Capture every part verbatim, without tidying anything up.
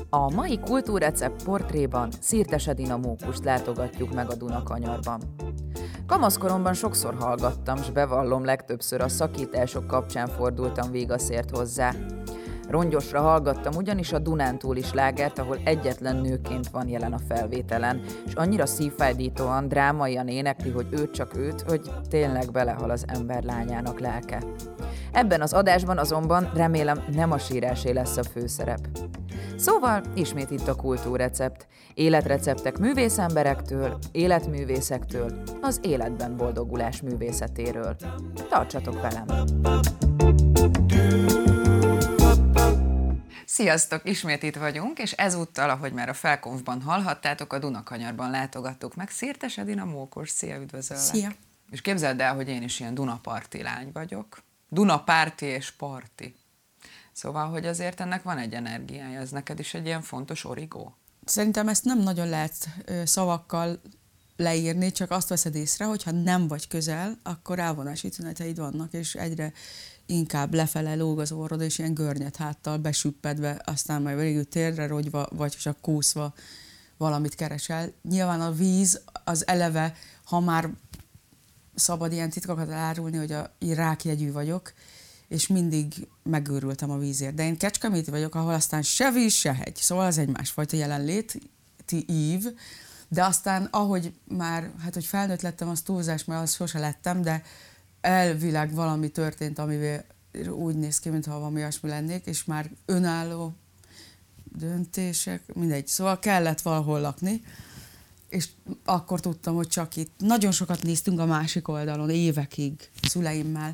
A mai Kultúrrecept portréban Szirtes Edina mókust látogatjuk meg a Dunakanyarban. Kamaszkoromban sokszor hallgattam, s bevallom, legtöbbször a szakítások kapcsán fordultam végaszért hozzá. Rongyosra hallgattam ugyanis a Dunántúli slágert, ahol egyetlen nőként van jelen a felvételen, és annyira szívfájdítóan, drámaian énekli, hogy őt csak őt, hogy tényleg belehal az ember lányának lelke. Ebben az adásban azonban remélem nem a sírásé lesz a főszerep. Szóval ismét itt a Kultúrrecept. Életreceptek művészemberektől, életművészektől, az életben boldogulás művészetéről. Tartsatok velem! Sziasztok! Ismét itt vagyunk, és ezúttal, ahogy már a felkonfban hallhattátok, a Dunakanyarban látogattuk meg Szirtes Edina mókust. Szia, üdvözöllek! Szia! És képzeld el, hogy én is ilyen Dunaparti lány vagyok. Dunapárti és parti. Szóval, hogy azért ennek van egy energiája, ez neked is egy ilyen fontos origó? Szerintem ezt nem nagyon lehet ö, szavakkal leírni, csak azt veszed észre, hogy ha nem vagy közel, akkor elvonási tüneteid vannak, és egyre inkább lefele lóg az orrod, és ilyen görnyed háttal besüppedve, aztán majd végül térre rogyva, vagy csak kúszva valamit keresel. Nyilván a víz az eleve, ha már szabad ilyen titkokat elárulni, hogy a rákjegyű vagyok, és mindig megőrültem a vízért. De én Kecskeméti vagyok, ahol aztán se víz, se hegy. Szóval az egy másfajta jelenléti ív, de aztán ahogy már, hát hogy felnőtt lettem, az túlzás, mert az sose lettem, de elvileg valami történt, amivel úgy néz ki, mintha valami olyasmi lennék, és már önálló döntések, mindegy. Szóval kellett valahol lakni, és akkor tudtam, hogy csak itt. Nagyon sokat néztünk a másik oldalon, évekig, szüleimmel,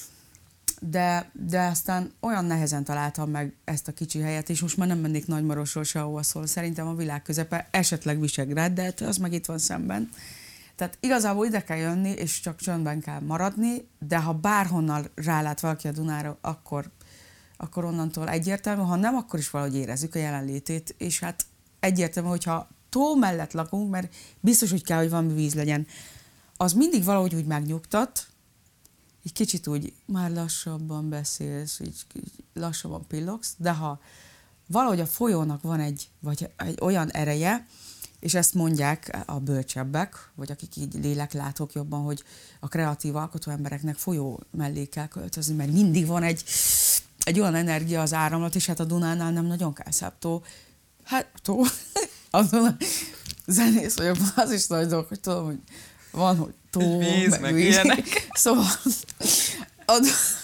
de, de aztán olyan nehezen találtam meg ezt a kicsi helyet, és most már nem mennék Nagymarosról sehova, szóval szerintem a világ közepe, esetleg Visegrád, de az meg itt van szemben. Tehát igazából ide kell jönni, és csak csöndben kell maradni, de ha bárhonnan rálát valaki a Dunára, akkor, akkor onnantól egyértelmű, ha nem, akkor is valahogy érezzük a jelenlétét, és hát egyértelmű, hogyha tó mellett lakunk, mert biztos, hogy kell, hogy valami víz legyen, az mindig valahogy úgy megnyugtat, egy kicsit úgy már lassabban beszélsz, így lassabban pillogsz, de ha valahogy a folyónak van egy, vagy egy olyan ereje, és ezt mondják a bölcsebbek, vagy akik így léleklátók jobban, hogy a kreatív alkotó embereknek folyó mellé kell költözni, mert mindig van egy, egy olyan energia az áramlat, és hát a Dunánál nem nagyon kell szebb tó. Hát tó, azon zenész vagyok, az is nagy dolog, hogy tudom, hogy van, hogy tó, víz, meg, meg víz. Szóval a,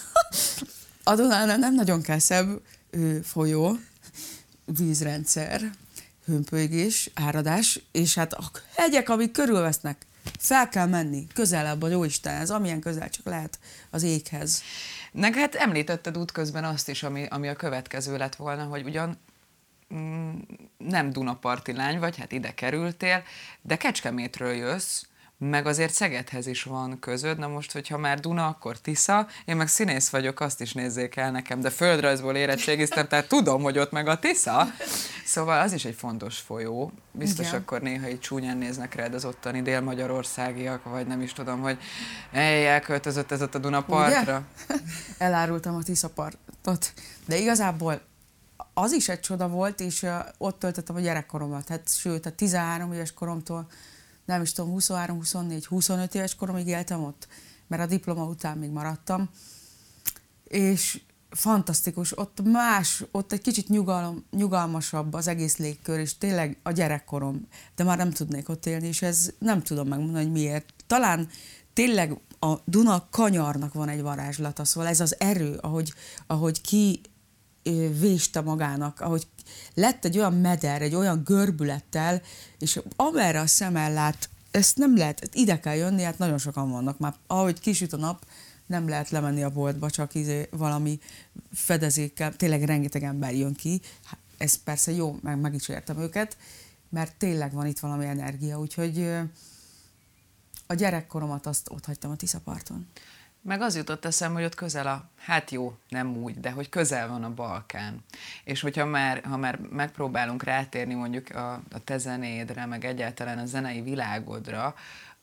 a Dunánál nem nagyon kell szebb folyó, vízrendszer, hömpölygés, áradás, és hát a hegyek, amik körülvesznek, fel kell menni közelebb a Jóistenhez, amilyen közel csak lehet az éghez. Meg hát említetted útközben azt is, ami, ami a következő lett volna, hogy ugyan mm, nem Dunaparti lány vagy, hát ide kerültél, de Kecskemétről jössz, meg azért Szegedhez is van közöd, na most, hogyha már Duna, akkor Tisza, én meg színész vagyok, azt is nézzék el nekem, de földrajzból érettségiztem, tehát tudom, hogy ott meg a Tisza, szóval az is egy fontos folyó, biztos. Igen. Akkor néha így csúnyán néznek rád az ottani dél-magyarországiak, vagy nem is tudom, hogy ej, elköltözött ez ott a Dunapartra. Elárultam a Tisza partot, de igazából az is egy csoda volt, és ott töltöttem a gyerekkoromat, hát sőt, a tizenhárom éves koromtól nem is tudom, huszonhárom, huszonnégy, huszonöt éves koromig éltem ott, mert a diploma után még maradtam, és fantasztikus, ott más, ott egy kicsit nyugalom, nyugalmasabb az egész légkör, és tényleg a gyerekkorom, de már nem tudnék ott élni, és ez nem tudom megmondani, hogy miért. Talán tényleg a Dunakanyarnak van egy varázslata, szóval ez az erő, ahogy, ahogy ki véste magának, ahogy lett egy olyan meder, egy olyan görbülettel, és amerre a szem ellát, ezt nem lehet, ide kell jönni, hát nagyon sokan vannak már. Ahogy kisüt a nap, nem lehet lemenni a boltba, csak izé valami fedezékkel, tényleg rengeteg ember jön ki. Ez persze jó, meg, meg is értem őket, mert tényleg van itt valami energia, úgyhogy a gyerekkoromat azt ott hagytam a Tiszaparton. Meg az jutott eszembe, hogy ott közel a, hát jó, nem úgy, de hogy közel van a Balkán. És hogyha már, ha már megpróbálunk rátérni mondjuk a, a te zenédre, meg egyáltalán a zenei világodra,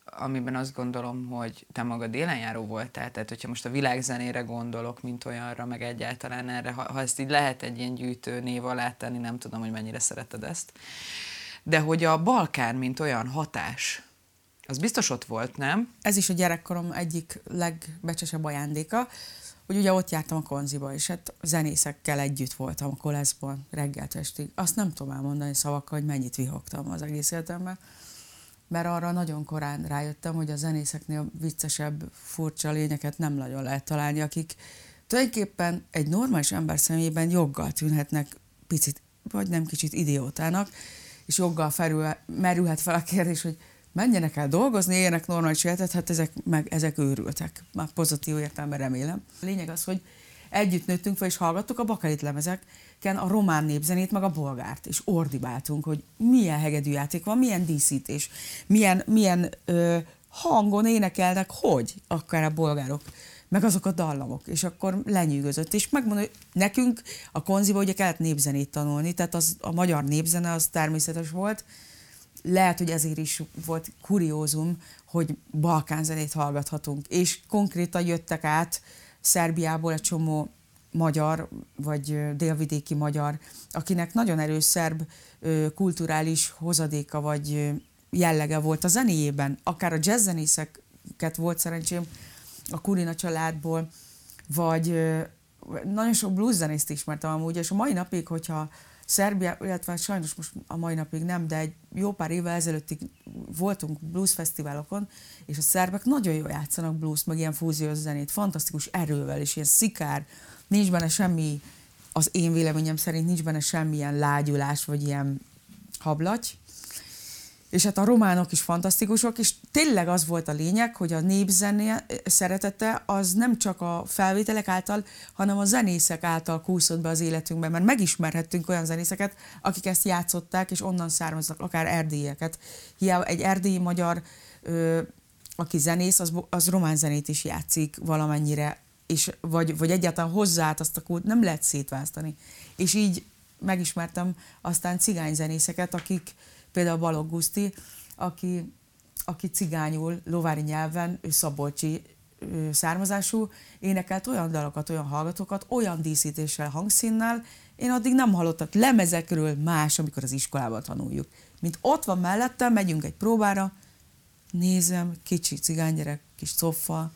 amiben azt gondolom, hogy te magad élenjáró voltál, tehát hogyha most a világzenére gondolok, mint olyanra, meg egyáltalán erre, ha, ha ezt így lehet egy ilyen gyűjtő név alá tenni, nem tudom, hogy mennyire szereted ezt, de hogy a Balkán, mint olyan hatás, az biztos ott volt, nem? Ez is a gyerekkorom egyik legbecsesebb ajándéka, hogy ugye ott jártam a konziba, és hát zenészekkel együtt voltam a koleszban reggelt estig. Azt nem tudom elmondani szavakkal, hogy mennyit vihogtam az egész életemben, mert arra nagyon korán rájöttem, hogy a zenészeknél viccesebb, furcsa lényeket nem nagyon lehet találni, akik tulajdonképpen egy normális ember szemében joggal tűnhetnek picit, vagy nem kicsit idiótának, és joggal felül, merülhet fel a kérdés, hogy menjenek el dolgozni, éljenek normális életet, hát ezek, meg, ezek őrültek. Már pozitív értelemben remélem. A lényeg az, hogy együtt nőttünk fel, és hallgattuk a bakelit lemezeken a román népzenét, meg a bolgárt, és ordibáltunk, hogy milyen hegedűjáték van, milyen díszítés, milyen, milyen ö, hangon énekelnek, hogy akár a bolgárok, meg azok a dallamok, és akkor lenyűgözött. És megmondom, hogy nekünk a konziba ugye kellett népzenét tanulni, tehát az, a magyar népzene az természetes volt. Lehet, hogy ezért is volt kuriózum, hogy balkánzenét hallgathatunk, és konkrétan jöttek át Szerbiából egy csomó magyar, vagy délvidéki magyar, akinek nagyon erős szerb kulturális hozadéka, vagy jellege volt a zenéjében. Akár a jazzzenészeket volt szerencsém a Kurina családból, vagy nagyon sok blueszenészt ismertem amúgy, és a mai napig, hogyha Szerbia, illetve sajnos most a mai napig nem, de egy jó pár évvel ezelőttig voltunk blues fesztiválokon, és a szerbek nagyon jól játszanak blues, meg ilyen fúziós zenét, fantasztikus erővel, és ilyen szikár, nincs benne semmi, az én véleményem szerint nincs benne semmilyen lágyulás, vagy ilyen hablaty. És hát a románok is fantasztikusok, és tényleg az volt a lényeg, hogy a népzené szeretete az nem csak a felvételek által, hanem a zenészek által kúszott be az életünkbe, mert megismerhettünk olyan zenészeket, akik ezt játszották, és onnan származnak, akár erdélyeket. Hiába egy erdélyi magyar, ö, aki zenész, az, az román zenét is játszik valamennyire, és, vagy, vagy egyáltalán hozzáállt azt a kult, nem lehet szétválasztani. És így megismertem aztán cigányzenészeket, akik például Balogh Guszti, aki, aki cigányul, lovári nyelven, ő szabolcsi ő származású, énekelt olyan dalokat, olyan hallgatókat, olyan díszítéssel, hangszínnel, én addig nem hallottam lemezekről más, amikor az iskolában tanuljuk. Mint ott van mellettem, megyünk egy próbára, nézem, kicsi cigánygyerek, kis coffa,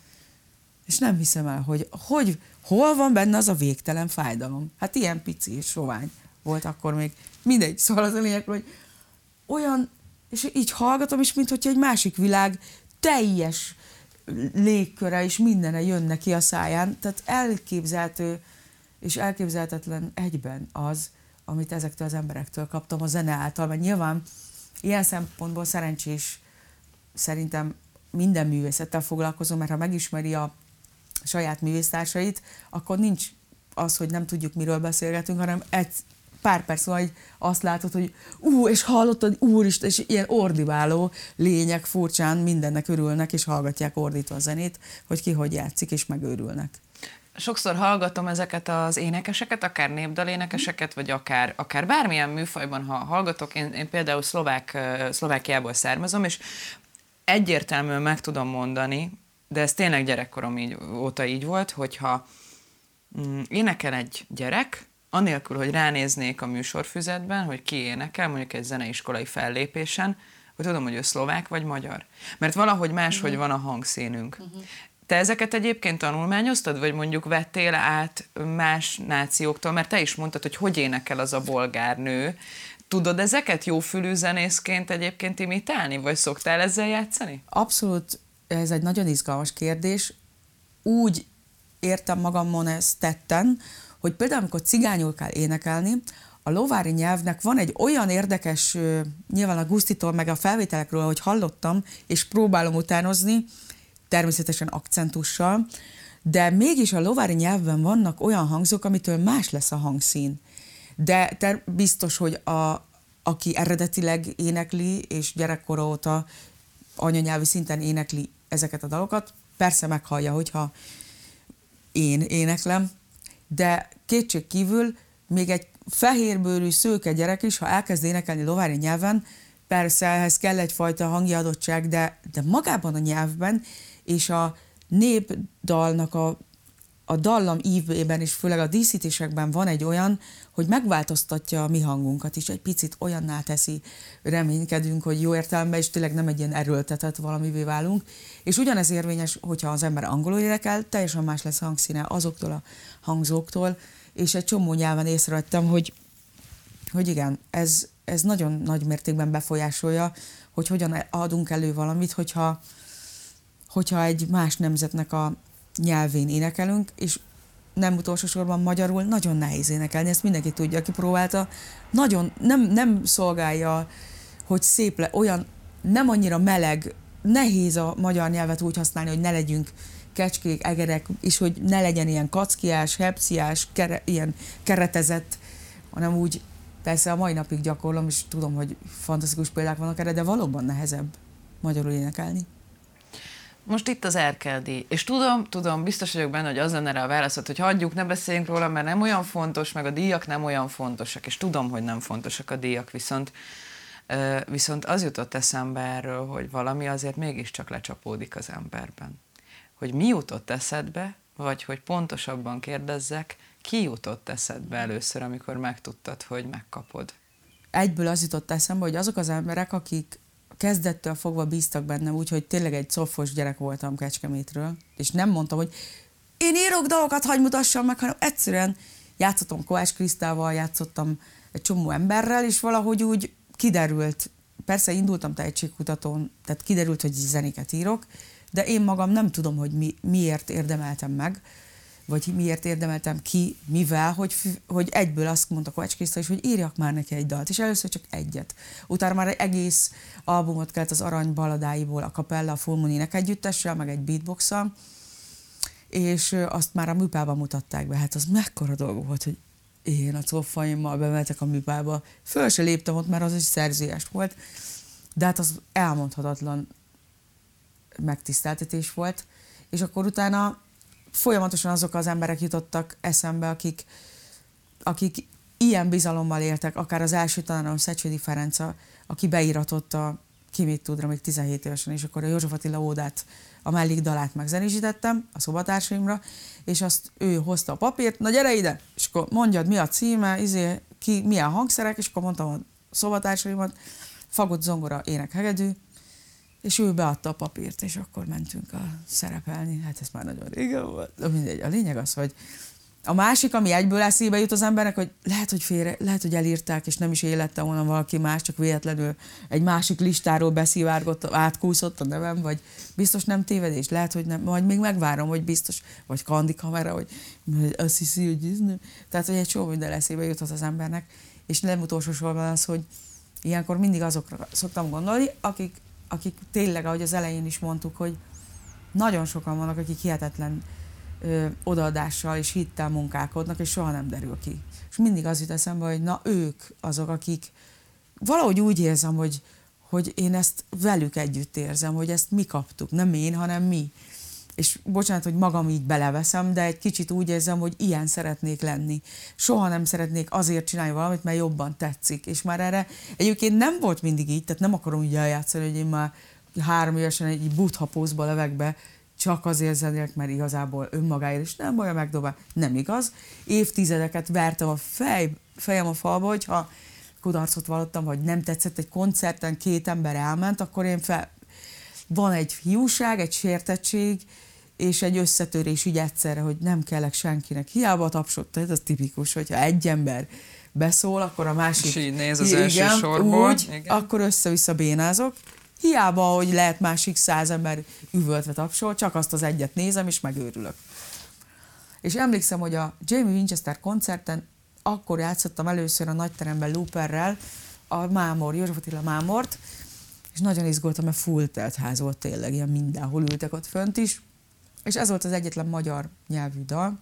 és nem hiszem el, hogy, hogy hol van benne az a végtelen fájdalom. Hát ilyen pici és sovány volt akkor még. Mindegy, szóval az a lényeg, hogy olyan, és így hallgatom, és mintha egy másik világ teljes légköre és mindene jönne ki a száján. Tehát elképzelhető és elképzelhetetlen egyben az, amit ezektől az emberektől kaptam a zene által, mert nyilván ilyen szempontból szerencsés szerintem minden művészettel foglalkozom, mert ha megismeri a saját művésztársait, akkor nincs az, hogy nem tudjuk, miről beszélgetünk, hanem egy pár perc van, hogy azt látod, hogy ú, és hallottad, úristen, és ilyen ordibáló lények furcsán mindennek örülnek, és hallgatják ordítva a zenét, hogy ki hogy játszik, és megőrülnek. Sokszor hallgatom ezeket az énekeseket, akár népdalénekeseket, vagy akár, akár bármilyen műfajban, ha hallgatok. Én, én például szlovák, Szlovákiából származom, és egyértelműen meg tudom mondani, de ez tényleg gyerekkorom így, óta így volt, hogyha mm, énekel egy gyerek, anélkül, hogy ránéznék a műsorfüzetben, hogy ki énekel, mondjuk egy zeneiskolai fellépésen, hogy tudom, hogy ő szlovák vagy magyar. Mert valahogy máshogy uh-huh. van a hangszínünk. Uh-huh. Te ezeket egyébként tanulmányoztad, vagy mondjuk vettél át más nációktól? Mert te is mondtad, hogy hogy énekel az a bolgár nő. Tudod ezeket jófülű zenészként egyébként imitálni, vagy szoktál ezzel játszani? Abszolút, ez egy nagyon izgalmas kérdés. Úgy értem magamon ezt tetten, hogy például amikor cigányul kell énekelni, a lovári nyelvnek van egy olyan érdekes, nyilván a Gusztitól meg a felvételekről, ahogy hallottam, és próbálom utánozni, természetesen akcentussal, de mégis a lovári nyelvben vannak olyan hangzók, amitől más lesz a hangszín. De te biztos, hogy a, aki eredetileg énekli, és gyerekkora óta anyanyelvi szinten énekli ezeket a dalokat, persze meghallja, hogyha én éneklem, de kétség kívül még egy fehérbőrű szőke gyerek is, ha elkezd énekelni lovári nyelven, persze ehhez kell egyfajta hangi adottság, de, de magában a nyelvben és a népdalnak a, a dallam ívében és főleg a díszítésekben van egy olyan, hogy megváltoztatja a mi hangunkat is, egy picit olyanná teszi, reménykedünk, hogy jó értelemben, és tényleg nem egy ilyen erőltetett valamivé válunk. És ugyanez érvényes, hogyha az ember angolul énekel, teljesen más lesz a hangszíne azoktól a hangzóktól, és egy csomó nyelven észrevettem, hogy, hogy igen, ez, ez nagyon nagy mértékben befolyásolja, hogy hogyan adunk elő valamit, hogyha, hogyha egy más nemzetnek a nyelvén énekelünk, és nem utolsó sorban magyarul nagyon nehéz énekelni, ezt mindenki tudja, aki próbálta. Nagyon nem, nem szolgálja, hogy szép le, olyan nem annyira meleg, nehéz a magyar nyelvet úgy használni, hogy ne legyünk kecskék, egerek, és hogy ne legyen ilyen kackiás, hepciás, kere, ilyen keretezett, hanem úgy, persze a mai napig gyakorlom, és tudom, hogy fantasztikus példák vannak erre, de valóban nehezebb magyarul énekelni. Most itt az Erkel-díj, és tudom, tudom, biztos vagyok benne, hogy az lenne rá a válaszod, hogy hagyjuk, ne beszéljünk róla, mert nem olyan fontos, meg a díjak nem olyan fontosak, és tudom, hogy nem fontosak a díjak, viszont, viszont az jutott eszembe erről, hogy valami azért mégiscsak lecsapódik az emberben. Hogy mi jutott eszedbe, vagy hogy pontosabban kérdezzek, ki jutott eszedbe először, amikor megtudtad, hogy megkapod? Egyből az jutott eszembe, hogy azok az emberek, akik kezdettől fogva bíztak bennem, úgyhogy tényleg egy coffos gyerek voltam Kecskemétről, és nem mondtam, hogy én írok dalokat, hagy mutassam meg, hanem egyszerűen játszottam Kovács Krisztával, játszottam egy csomó emberrel, és valahogy úgy kiderült, persze indultam tehetségkutatón, tehát kiderült, hogy zenéket írok, de én magam nem tudom, hogy mi, miért érdemeltem meg, vagy miért érdemeltem ki, mivel, hogy, hogy egyből azt mondta Kovács Kriszta is, hogy írjak már neki egy dalt, és először csak egyet. Utána már egy egész albumot kellett az Arany baladáiból, a Kapella, a Full Moon énekegyüttessel, meg egy beatbox-szal, és azt már a műpában mutatták be. Hát az mekkora dolog volt, hogy én a coffaimmal bemetek a műpába. Föl se léptem ott, mert az egy szerzőjes volt, de hát az elmondhatatlan megtiszteltetés volt, és akkor utána folyamatosan azok az emberek jutottak eszembe, akik, akik ilyen bizalommal éltek, akár az első tanárom Szecsvédi Ferenc, aki beíratott a Ki mit tudra még tizenhét évesen, és akkor a József Attila ódát, a mellékdalát megzenésítettem a szobatársaimra, és azt ő hozta a papírt, na gyere ide, és akkor mondjad, mi a címe, izé, ki, milyen hangszerek, és akkor mondtam a szobatársaimat, fagott, zongora, ének, hegedű, és ő beadta a papírt, és akkor mentünk a szerepelni. Hát ez már nagyon régen volt. De mindegy, a lényeg az, hogy a másik, ami egyből eszébe jut az embernek, hogy lehet, hogy félre, lehet, hogy elírták, és nem is élette volna valaki más, csak véletlenül egy másik listáról beszivárgott, átkúszott a nevem, vagy biztos nem tévedés, lehet, hogy nem, majd még megvárom, hogy biztos, vagy kandi kamera, hogy azt hiszi, hogy ez nem. Tehát, hogy egy csomó minden eszébe juthat az embernek, és nem utolsó sorban az, hogy ilyenkor mindig azokra szoktam gondolni, akik akik tényleg, ahogy az elején is mondtuk, hogy nagyon sokan vannak, akik hihetetlen ö, odaadással és hittel munkálkodnak, és soha nem derül ki. És mindig az jut eszembe, hogy na ők azok, akik valahogy úgy érzem, hogy, hogy én ezt velük együtt érzem, hogy ezt mi kaptuk, nem én, hanem mi. És bocsánat, hogy magam így beleveszem, de egy kicsit úgy érzem, hogy ilyen szeretnék lenni. Soha nem szeretnék azért csinálni valamit, mert jobban tetszik. És már erre egyébként nem volt mindig így, tehát nem akarom úgy eljátszani, hogy én már három évesen egy buddha pózba levek be, csak azért zenélek, mert igazából önmagáért is nem baj a megdobál. Nem igaz. Évtizedeket vertem a fej, fejem a falba, hogyha kudarcot vallottam, vagy nem tetszett egy koncerten, két ember elment, akkor én fel... Van egy hiúság, egy sértettség, és egy összetörés így egyszerre, hogy nem kellek senkinek. Hiába tapsott, tehát ez tipikus, hogyha egy ember beszól, akkor a másik... És így néz az igen, első sorból. Úgy, igen. Akkor össze-vissza bénázok. Hiába, hogy lehet másik száz ember üvöltve tapsol, csak azt az egyet nézem, és megőrülök. És emlékszem, hogy a Jamie Winchester koncerten akkor játszottam először a nagyteremben Looperrel, a Mámor, József Attila Mámort, és nagyon izgultam, mert full telt ház volt tényleg, ilyen mindenhol ültek ott fönt is, és ez volt az egyetlen magyar nyelvű dal,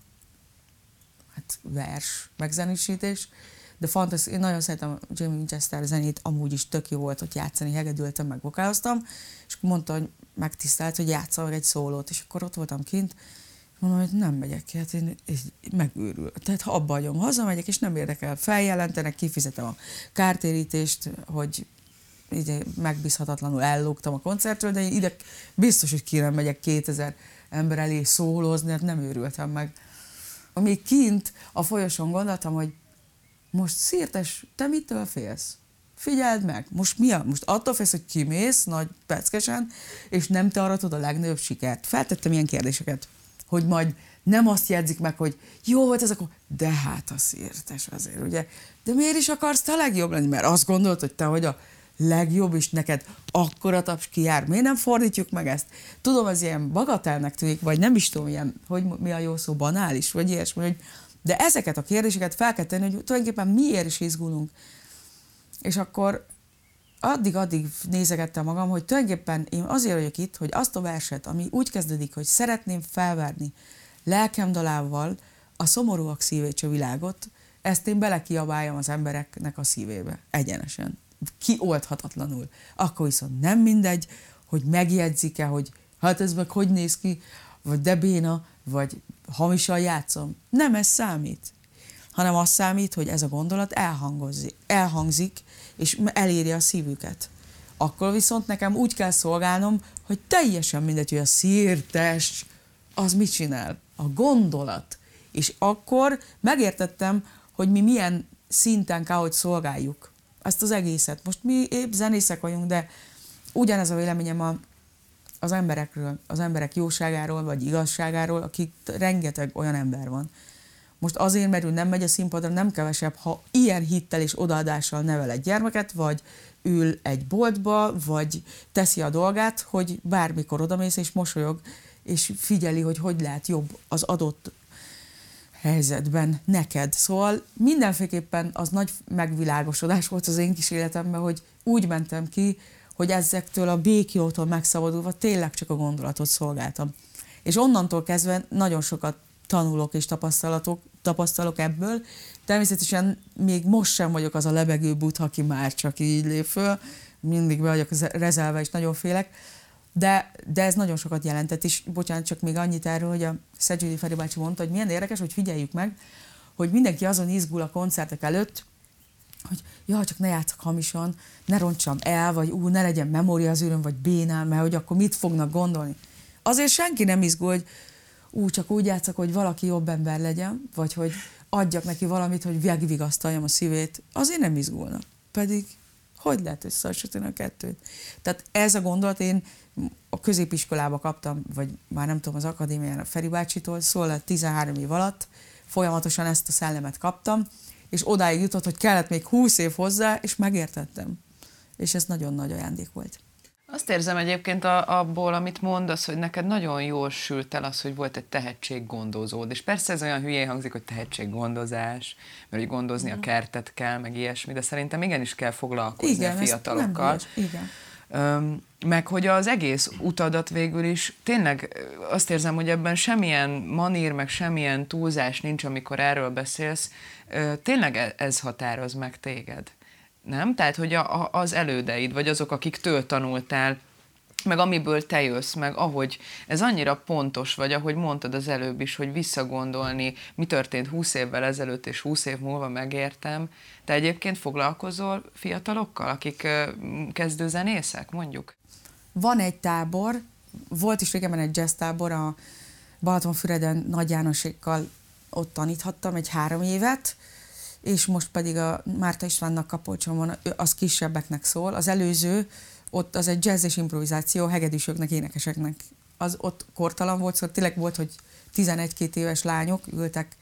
hát vers, megzenésítés, de fantasztikus, én nagyon szeretem Jamie Winchester zenét, amúgy is tök jó volt ott játszani, hegedültem, meg vokáloztam, és akkor mondta, hogy megtisztelt, hogy játsszam meg egy szólót, és akkor ott voltam kint, és mondom, hogy nem megyek ki, hát én megőrül. Tehát ha abba hagyom, hazamegyek, és nem érdekel, feljelentenek, kifizetem a kártérítést, hogy így megbízhatatlanul ellógtam a koncertről, de én ide biztos, hogy ki nem megyek kétezer ember elé szólózni, hát nem őrültem meg. Még kint a folyosón gondoltam, hogy most Szirtes, te mitől félsz? Figyeld meg, most mi a? Most attól félsz, hogy kimész nagy peckesen, és nem te aratod a legnagyobb sikert. Feltettem ilyen kérdéseket, hogy majd nem azt jegyzik meg, hogy jó volt ez, akkor de hát a Szirtes azért, ugye? De miért is akarsz te a legjobb lenni? Mert azt gondolod, hogy te vagy a legjobb, és neked akkora taps kijár. Miért nem fordítjuk meg ezt? Tudom, ez ilyen bagatelnek tűnik, vagy nem is tudom, ilyen, hogy mi a jó szó, banális, vagy ilyesmi, hogy de ezeket a kérdéseket fel kell tenni, hogy tulajdonképpen miért is izgulunk. És akkor addig-addig nézegettem magam, hogy tulajdonképpen én azért vagyok itt, hogy azt a verset, ami úgy kezdődik, hogy szeretném felvárni lelkem dalával a szomorúak szívét a világot, ezt én belekiabáljam az embereknek a szívébe, egyenesen, kioldhatatlanul. Akkor viszont nem mindegy, hogy megjegyzik-e, hogy hát ez meg hogy néz ki, vagy de béna, vagy hamisan játszom. Nem ez számít, hanem az számít, hogy ez a gondolat elhangzik, és eléri a szívüket. Akkor viszont nekem úgy kell szolgálnom, hogy teljesen mindegy, hogy a Szirtes az mit csinál. A gondolat. És akkor megértettem, hogy mi milyen szinten kell, hogy szolgáljuk ezt az egészet. Most mi épp zenészek vagyunk, de ugyanez a véleményem a, az emberekről, az emberek jóságáról, vagy igazságáról, akik rengeteg olyan ember van. Most azért, mert ő nem megy a színpadra, nem kevesebb, ha ilyen hittel és odaadással nevel egy gyermeket, vagy ül egy boltba, vagy teszi a dolgát, hogy bármikor odamész és mosolyog, és figyeli, hogy hogy lehet jobb az adott helyzetben neked. Szóval mindenféleképpen az nagy megvilágosodás volt az én kis életemben, hogy úgy mentem ki, hogy ezektől a békjótól megszabadulva tényleg csak a gondolatot szolgáltam. És onnantól kezdve nagyon sokat tanulok és tapasztalatok, tapasztalok ebből. Természetesen még most sem vagyok az a lebegő Buddha, aki már csak így lép föl, mindig be vagyok rezelve, és nagyon félek, de, de ez nagyon sokat jelentett, és bocsánat, csak még annyit erről, hogy a Szegedi Feri bácsi mondta, hogy milyen érdekes, hogy figyeljük meg, hogy mindenki azon izgul a koncertek előtt, hogy ja, csak ne játszak hamisan, ne rontsam el, vagy ú, ne legyen memória az űrön, vagy bénám, mert hogy akkor mit fognak gondolni. Azért senki nem izgul, hogy ú, csak úgy játszak, hogy valaki jobb ember legyen, vagy hogy adjak neki valamit, hogy megvigasztaljam a szívét. Azért nem izgulnak. Pedig hogy lehet összehasonlítani a kettőt? Tehát ez a gondolat én a középiskolába kaptam, vagy már nem tudom, az akadémián a Feri bácsitól, szóval tizenhárom év alatt folyamatosan ezt a szellemet kaptam, és odáig jutott, hogy kellett még húsz év hozzá, és megértettem. És ez nagyon nagy ajándék volt. Azt érzem egyébként a, abból, amit mondasz, hogy neked nagyon jól sült el az, hogy volt egy tehetséggondozód. És persze ez olyan hülyén hangzik, hogy tehetséggondozás, mert hogy gondozni mm. a kertet kell, meg ilyesmi, de szerintem igenis kell foglalkozni igen, a fiatalokkal. Igen, Öm, meg hogy az egész utadat végül is, tényleg azt érzem, hogy ebben semmilyen manír, meg semmilyen túlzás nincs, amikor erről beszélsz. Ö, tényleg ez határoz meg téged. Nem? Tehát, hogy a, a, az elődeid, vagy azok, akiktől tanultál, meg amiből te jössz, meg ahogy ez annyira pontos, vagy ahogy mondtad az előbb is, hogy visszagondolni, mi történt húsz évvel ezelőtt, és húsz év múlva megértem. Te egyébként foglalkozol fiatalokkal, akik kezdő zenészek, mondjuk? Van egy tábor, volt is régebben egy jazz tábor, a Balatonfüreden Nagy Jánosékkal ott taníthattam egy három évet, és most pedig a Márta Istvánnak Kapolcson van, az kisebbeknek szól. Az előző, ott az egy jazz és improvizáció, hegedűsöknek, énekeseknek. Az ott kortalan volt, szóval tényleg volt, hogy tizenegy-két éves lányok ültek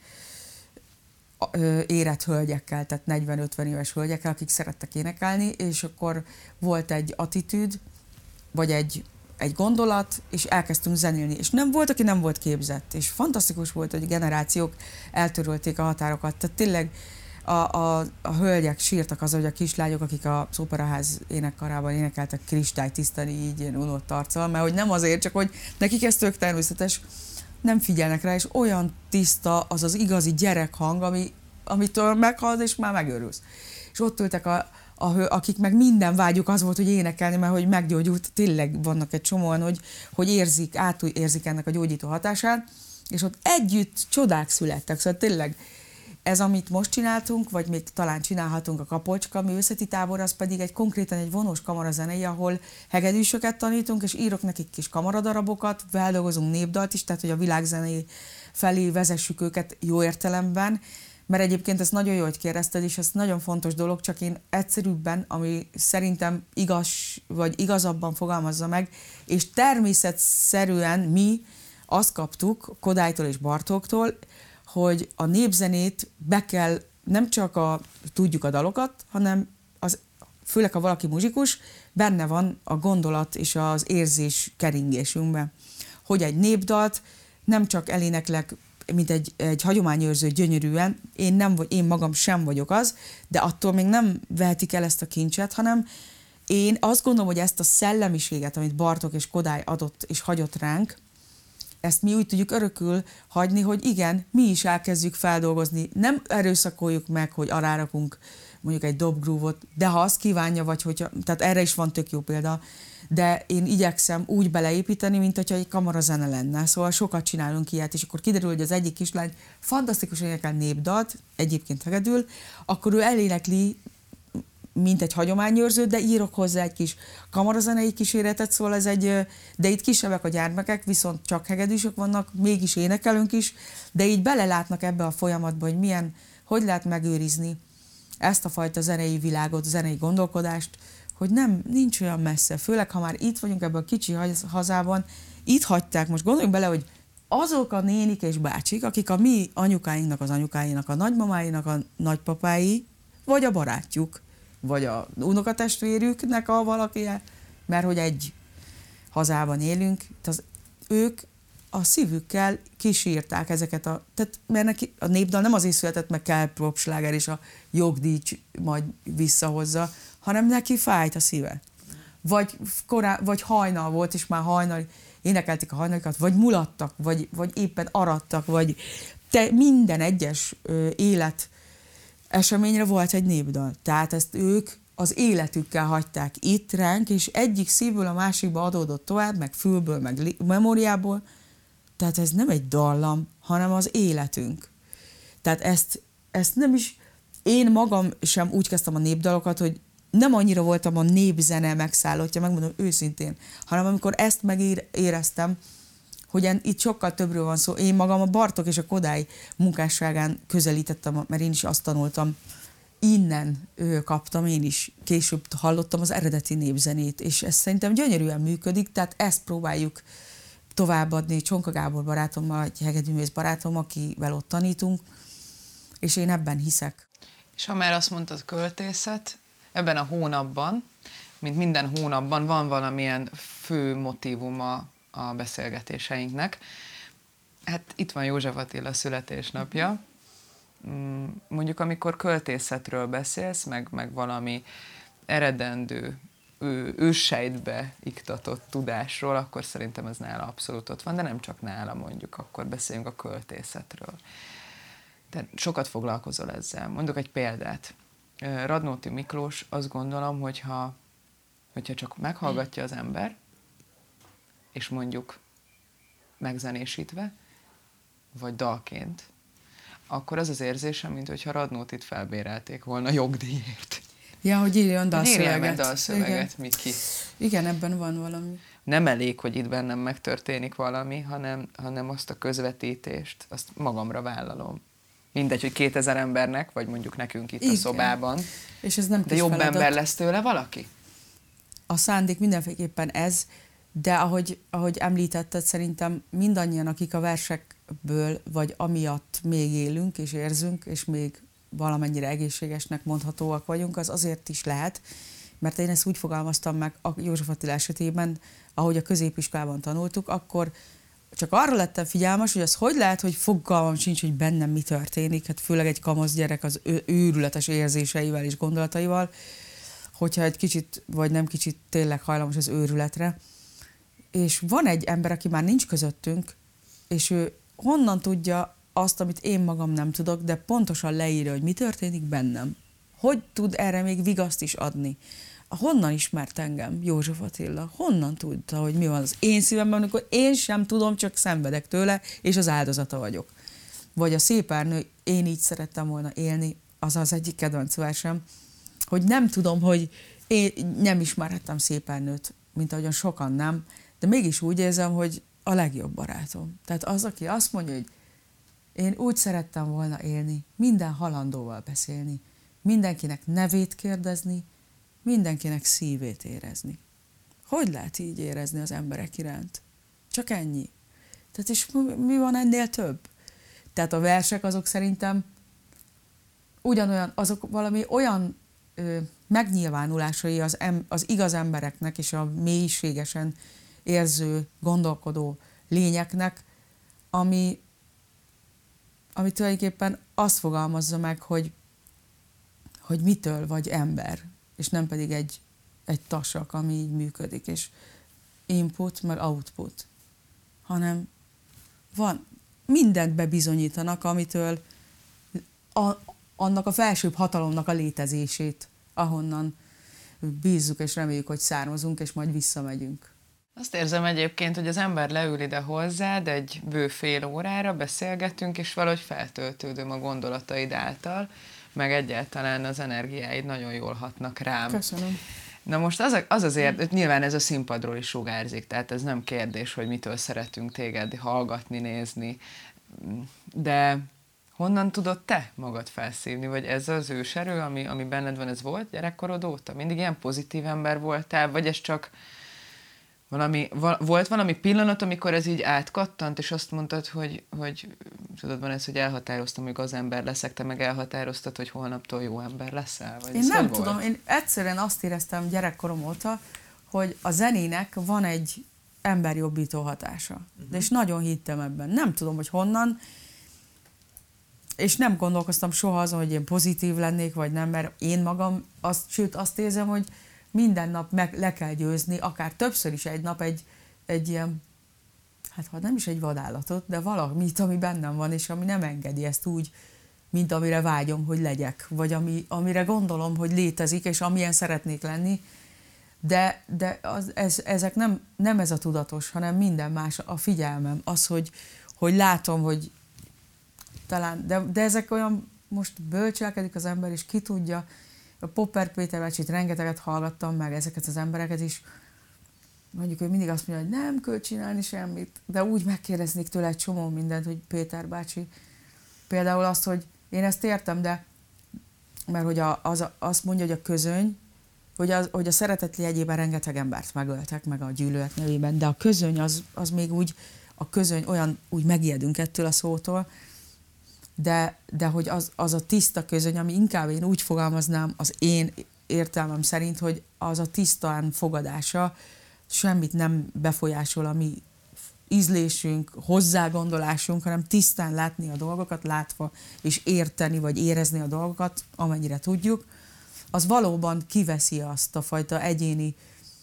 érett hölgyekkel, tehát negyven-ötven éves hölgyekkel, akik szerettek énekelni, és akkor volt egy attitűd, vagy egy, egy gondolat, és elkezdtünk zenélni. És nem volt, aki nem volt képzett. És fantasztikus volt, hogy generációk eltörölték a határokat. Tehát tényleg A, a, a hölgyek sírtak az, hogy a kislányok, akik az Operaház énekkarában énekeltek kristálytisztani, így ilyen unott arccal, mert hogy nem azért, csak hogy nekik ez tök természetes, nem figyelnek rá, és olyan tiszta az az igazi gyerekhang, ami, amitől meghalsz, és már megőrülsz. És ott ültek, a, a, akik meg minden vágyuk az volt, hogy énekelni, mert hogy meggyógyult, tényleg vannak egy csomóan, hogy, hogy érzik, átérzik ennek a gyógyító hatását, és ott együtt csodák születtek, szóval tényleg Ez, amit most csináltunk, vagy még talán csinálhatunk a Kapolcska művészeti tábor, az pedig egy konkrétan egy vonós kamarazenei, ahol hegedűsöket tanítunk, és írok nekik kis kamaradarabokat, feldolgozunk népdalt is, tehát hogy a világzenei felé vezessük őket jó értelemben, mert egyébként ez nagyon jó, hogy kérdezted, és ez nagyon fontos dolog, csak én egyszerűbben, ami szerintem igaz, vagy igazabban fogalmazza meg, és természetszerűen mi azt kaptuk Kodálytól és Bartóktól, hogy a népzenét be kell, nem csak a, tudjuk a dalokat, hanem az, főleg ha valaki muzsikus, benne van a gondolat és az érzés keringésünkben. Hogy egy népdalt nem csak eléneklek, mint egy, egy hagyományőrző gyönyörűen, én, nem, vagy, én magam sem vagyok az, de attól még nem vehetik el ezt a kincset, hanem én azt gondolom, hogy ezt a szellemiséget, amit Bartók és Kodály adott és hagyott ránk, ezt mi úgy tudjuk örökül hagyni, hogy igen, mi is elkezdjük feldolgozni. Nem erőszakoljuk meg, hogy alárakunk mondjuk egy dobgrúvot, de ha azt kívánja, vagy hogyha, tehát erre is van tök jó példa, de én igyekszem úgy beleépíteni, mint hogyha egy kamarazene lenne. Szóval sokat csinálunk ilyet, és akkor kiderül, hogy az egyik kislány fantasztikus énekel népdalt, egyébként hegedül, akkor ő elénekli, mint egy hagyományőrző, de írok hozzá egy kis kamarazenei kíséretet, szóval ez egy, de itt kisebbek a gyermekek, viszont csak hegedűsök vannak, mégis énekelünk is, de így belelátnak ebbe a folyamatba, hogy milyen, hogy lehet megőrizni ezt a fajta zenei világot, zenei gondolkodást, hogy nem, nincs olyan messze, főleg ha már itt vagyunk ebben a kicsi hazában, itt hagyták, most gondoljunk bele, hogy azok a nénik és bácsik, akik a mi anyukáinknak, az anyukáinak, a nagymamáinak, a nagypapái, vagy a barátjuk, vagy a unokatestvérüknek a valakije, mert hogy egy hazában élünk, az, ők a szívükkel kísírták ezeket a... Tehát, mert neki a népdal nem azért született, meg kell propsláger és a jogdíj majd visszahozza, hanem neki fájt a szíve. Vagy, korá, vagy hajnal volt, és már hajnal énekelték a hajnalikat, vagy mulattak, vagy, vagy éppen arattak, vagy te minden egyes ö, élet eseményre volt egy népdal. Tehát ezt ők az életükkel hagyták itt ránk, és egyik szívből a másikba adódott tovább, meg fülből, meg memóriából. Tehát ez nem egy dallam, hanem az életünk. Tehát ezt, ezt nem is... Én magam sem úgy kezdtem a népdalokat, hogy nem annyira voltam a népzene megszállottja, megmondom őszintén, hanem amikor ezt megéreztem, hogy itt sokkal többről van szó. Én magam a Bartók és a Kodály munkásságán közelítettem, mert én is azt tanultam, innen ő, kaptam, én is később hallottam az eredeti népzenét, és ez szerintem gyönyörűen működik, tehát ezt próbáljuk továbbadni Csonka Gábor barátommal, egy hegedűművész barátom, akivel ott tanítunk, és én ebben hiszek. És ha már azt mondtad, költészet, ebben a hónapban, mint minden hónapban van valamilyen fő motívuma a beszélgetéseinknek. Hát itt van József Attila születésnapja. Mondjuk amikor költészetről beszélsz, meg, meg valami eredendő, ő, őssejtbe iktatott tudásról, akkor szerintem ez nála abszolút ott van, de nem csak nála, mondjuk, akkor beszéljünk a költészetről. Tehát sokat foglalkozol ezzel. Mondok egy példát. Radnóti Miklós, azt gondolom, hogyha, hogyha csak meghallgatja az ember, és mondjuk megzenésítve, vagy dalként, akkor az az érzésem, mint hogyha Radnótit felbérelték volna jogdíjért. Ja, hogy írjon dalszöveget. Írjál dalszöveget, Miki. Igen, ebben van valami. Nem elég, hogy itt bennem megtörténik valami, hanem, hanem azt a közvetítést, azt magamra vállalom. Mindegy, hogy kétezer embernek, vagy mondjuk nekünk itt igen. a szobában. És ez nem de jobb feladat. Ember lesz tőle valaki? A szándék mindenféleképpen ez, de ahogy, ahogy említetted, szerintem mindannyian, akik a versekből, vagy amiatt még élünk és érzünk, és még valamennyire egészségesnek mondhatóak vagyunk, az azért is lehet, mert én ezt úgy fogalmaztam meg a József Attila esetében, ahogy a középiskolában tanultuk, akkor csak arra lettem figyelmes, hogy az hogy lehet, hogy fogalmam sincs, hogy bennem mi történik, hát főleg egy kamasz gyerek az őrületes érzéseivel és gondolataival, hogyha egy kicsit, vagy nem kicsit tényleg hajlamos az őrületre. És van egy ember, aki már nincs közöttünk, és ő honnan tudja azt, amit én magam nem tudok, de pontosan leírja, hogy mi történik bennem. Hogy tud erre még vigaszt is adni? Honnan ismert engem József Attila? Honnan tudta, hogy mi van az én szívemben, amikor én sem tudom, csak szenvedek tőle, és az áldozata vagyok. Vagy a Szépernő én így szerettem volna élni, az az egyik kedvenc versem, hogy nem tudom, hogy én nem ismerhettem szépen nőt, mint ahogyan sokan nem, de mégis úgy érzem, hogy a legjobb barátom. Tehát az, aki azt mondja, hogy én úgy szerettem volna élni, minden halandóval beszélni, mindenkinek nevét kérdezni, mindenkinek szívét érezni. Hogy lehet így érezni az emberek iránt? Csak ennyi. Tehát és mi van ennél több? Tehát a versek azok szerintem ugyanolyan, azok valami olyan ö, megnyilvánulásai az, em, az igaz embereknek és a mélységesen érző, gondolkodó lényeknek, ami, ami tulajdonképpen azt fogalmazza meg, hogy, hogy mitől vagy ember, és nem pedig egy, egy tasak, ami így működik, és input, meg output, hanem van, mindent bebizonyítanak, amitől a, annak a felsőbb hatalomnak a létezését, ahonnan bízzuk és reméljük, hogy származunk, és majd visszamegyünk. Azt érzem egyébként, hogy az ember leül ide hozzád egy bő fél órára, beszélgetünk, és valahogy feltöltődöm a gondolataid által, meg egyáltalán az energiáid nagyon jól hatnak rám. Köszönöm. Na most az, az azért, nyilván ez a színpadról is sugárzik, tehát ez nem kérdés, hogy mitől szeretünk téged hallgatni, nézni, de honnan tudod te magad felszívni, vagy ez az őserő, ami, ami benned van, ez volt gyerekkorod óta? Mindig ilyen pozitív ember voltál, vagy ez csak valami, val, volt valami pillanat, amikor ez így átkattant, és azt mondtad, hogy, hogy tudod, van ez, hogy elhatároztam, hogy az ember leszek, te meg elhatároztad, hogy holnaptól jó ember leszel? Vagy én nem tudom, volt? Én egyszerűen azt éreztem gyerekkorom óta, hogy a zenének van egy emberjobbító hatása. Uh-huh. De és nagyon hittem ebben. Nem tudom, hogy honnan, és nem gondolkoztam soha azon, hogy én pozitív lennék, vagy nem, mert én magam, azt, sőt azt érzem, hogy minden nap meg le kell győzni, akár többször is egy nap egy, egy ilyen, hát ha nem is egy vadállatot, de valamit, ami bennem van, és ami nem engedi ezt úgy, mint amire vágyom, hogy legyek, vagy ami, amire gondolom, hogy létezik, és amilyen szeretnék lenni, de, de az, ez, ezek nem, nem ez a tudatos, hanem minden más, a figyelmem, az, hogy, hogy látom, hogy talán, de, de ezek olyan, most bölcselkedik az ember, és ki tudja, a Popper Péter bácsit rengeteget hallgattam meg, ezeket az embereket is, mondjuk ő mindig azt mondja, hogy nem kell csinálni semmit, de úgy megkérdeznék tőle egy csomó mindent, hogy Péter bácsi, például azt, hogy én ezt értem, de mert hogy a, az, azt mondja, hogy a közöny, hogy, az, hogy a szeretet jegyében rengeteg embert megöltek, meg a gyűlölet nevében, de a közöny az, az még úgy, a közöny olyan, úgy megijedünk ettől a szótól, de, de hogy az, az a tiszta közöny, ami inkább én úgy fogalmaznám az én értelmem szerint, hogy az a tisztán fogadása semmit nem befolyásol a mi ízlésünk, hozzágondolásunk, hanem tisztán látni a dolgokat, látva és érteni vagy érezni a dolgokat, amennyire tudjuk, az valóban kiveszi azt a fajta egyéni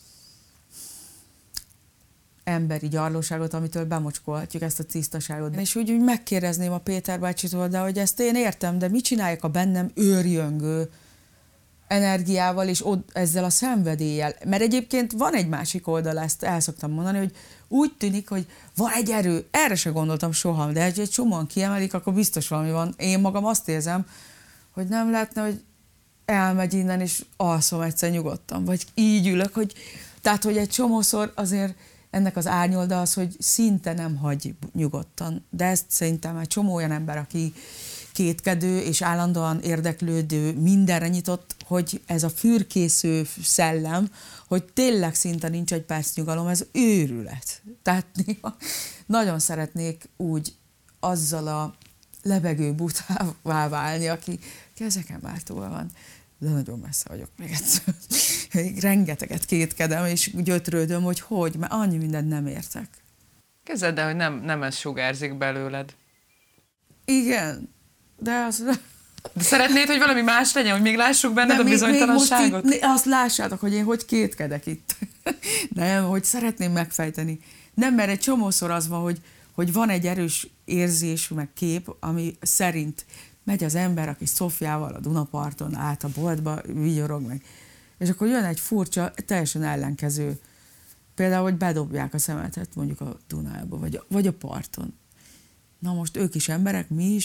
emberi gyarlóságot, amitől bemocskolhatjuk ezt a tisztaságot. És úgy, úgy megkérdezném a Péter bácsitól, de hogy ezt én értem, de mit csináljak a bennem őrjöngő energiával és od- ezzel a szenvedéllyel? Mert egyébként van egy másik oldal, ezt el szoktam mondani, hogy úgy tűnik, hogy van egy erő, erre se gondoltam soha, de egy, egy csomóan kiemelik, akkor biztos valami van. Én magam azt érzem, hogy nem lehetne, hogy elmegy innen, és alszom egyszer nyugodtan, vagy így ülök, hogy tehát, hogy egy csomószor azért ennek az árnyoldal az, hogy szinte nem hagy nyugodtan. De ezt szerintem egy csomó olyan ember, aki kétkedő és állandóan érdeklődő, mindenre nyitott, hogy ez a fürkésző szellem, hogy tényleg szinte nincs egy perc nyugalom, ez őrület. Tehát néha nagyon szeretnék úgy azzal a lebegő butává válni, aki kezeken már túl van. De nagyon messze vagyok még egyszer. Rengeteget kétkedem, és gyötrődöm, hogy hogy, mert annyi mindent nem értek. Kezded el, hogy nem, nem ez sugárzik belőled. Igen, de az... De szeretnéd, hogy valami más legyen, hogy még lássuk benned de a bizonytalanságot? Még azt lássátok, hogy én hogy kétkedek itt. Nem, hogy szeretném megfejteni. Nem, mert egy csomószor az van, hogy, hogy van egy erős érzés, meg kép, ami szerint megy az ember, aki Szofiával a Dunaparton át a boltba, vigyorog meg. És akkor jön egy furcsa, teljesen ellenkező. Például, hogy bedobják a szemetet mondjuk a Dunába, vagy a, vagy a parton. Na most ők is emberek, mi is,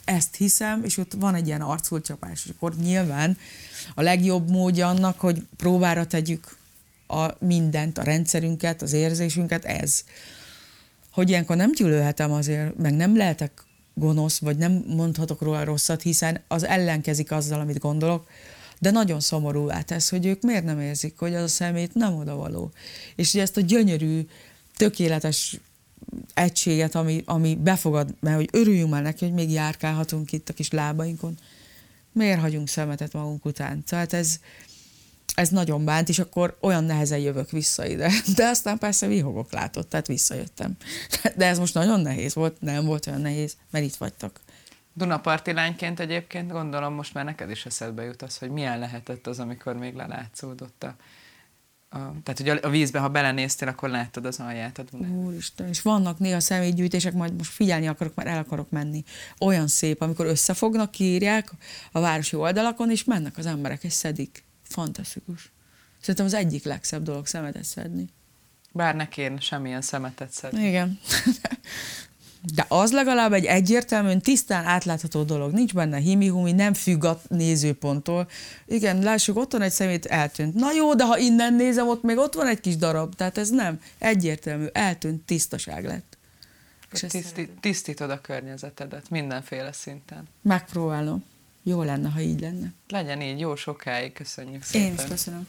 ezt hiszem, és ott van egy ilyen arculcsapás, és akkor nyilván a legjobb módja annak, hogy próbára tegyük a mindent, a rendszerünket, az érzésünket, ez. Hogy ilyenkor nem gyűlölhetem azért, meg nem lehetek gonosz, vagy nem mondhatok róla rosszat, hiszen az ellenkezik azzal, amit gondolok, de nagyon szomorúvá tesz, hogy ők miért nem érzik, hogy az a szemét nem odavaló. És hogy ezt a gyönyörű, tökéletes egységet, ami, ami befogad, mert hogy örüljünk már neki, hogy még járkálhatunk itt a kis lábainkon, miért hagyunk szemetet magunk után? Tehát ez, ez nagyon bánt, és akkor olyan nehezen jövök vissza ide. De aztán persze vihogok, látott, tehát visszajöttem. De ez most nagyon nehéz volt, nem volt olyan nehéz, mert itt vagytok. Dunaparti lányként egyébként gondolom most már neked is eszedbe jut az, hogy milyen lehetett az, amikor még lelátszódott a, a tehát, hogy a, a vízbe, ha belenéztél, akkor láttad az alját a Dunán. Úristen, és vannak néha személygyűjtések, majd most figyelni akarok, mert el akarok menni. Olyan szép, amikor összefognak, kiírják a városi oldalakon, és mennek az emberek, és szedik. Fantasztikus. Szerintem az egyik legszebb dolog szemetet szedni. Bár ne kérne semmilyen szemetet szedni. Igen. De az legalább egy egyértelműen tisztán átlátható dolog. Nincs benne himi-humi, nem függ a nézőponttól. Igen, lássuk, ott van egy szemét, eltűnt. Na jó, de ha innen nézem, ott még ott van egy kis darab. Tehát ez nem egyértelmű, eltűnt, tisztaság lett. Tiszti, tisztítod a környezetedet mindenféle szinten. Megpróbálom. Jó lenne, ha így lenne. Legyen így, jó sokáig, köszönjük szépen. Én is köszönöm.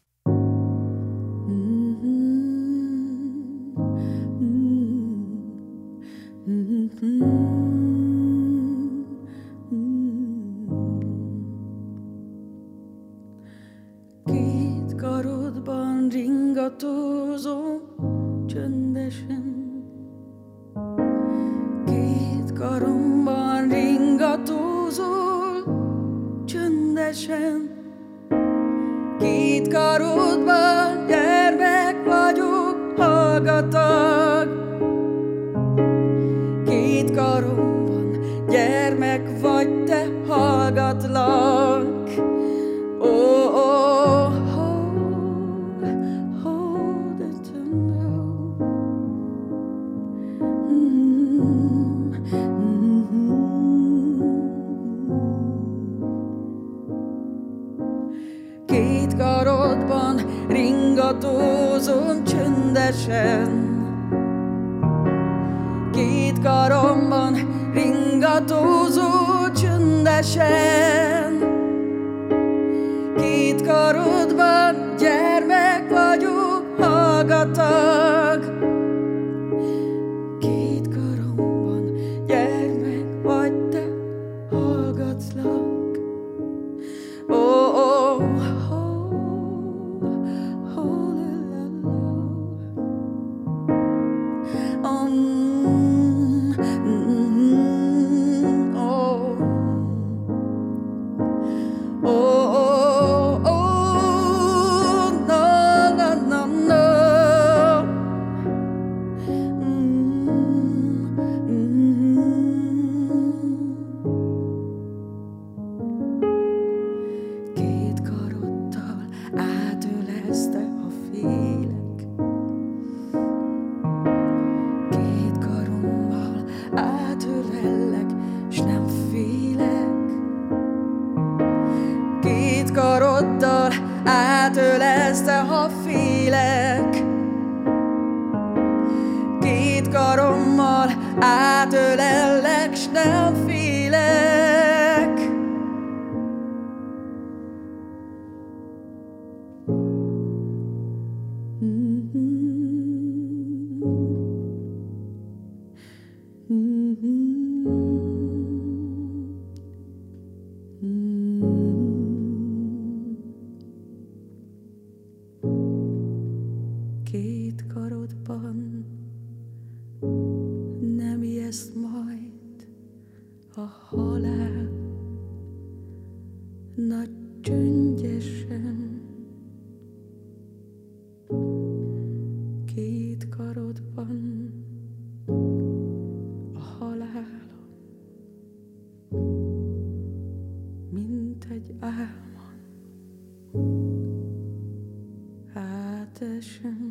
Két karodban ringatózó csöndesen, két karomban ringatózol csöndesen, két karodban gyermek vagyok, hallgatag. Két karomban gyermek vagy, te hallgatlak. Ó, ó, ó, ó, de tender. Mm, mm, Két karodban ringatózom csöndesen, két karomban ringatózó csöndesen, két karodban gyermek vagyok, hallgatag. Két karomban gyermek vagy, te hallgatlak. Ó, ó, ó, ó, la, la, la. Karoddal átölezte, ha félek. Két karommal átölellek, s nem félek. Mm-hmm. Mm-hmm. Két karodban nem ijeszt majd a halál, nagy csöngyesen. Két karodban a halálom, mint egy álmon átesem.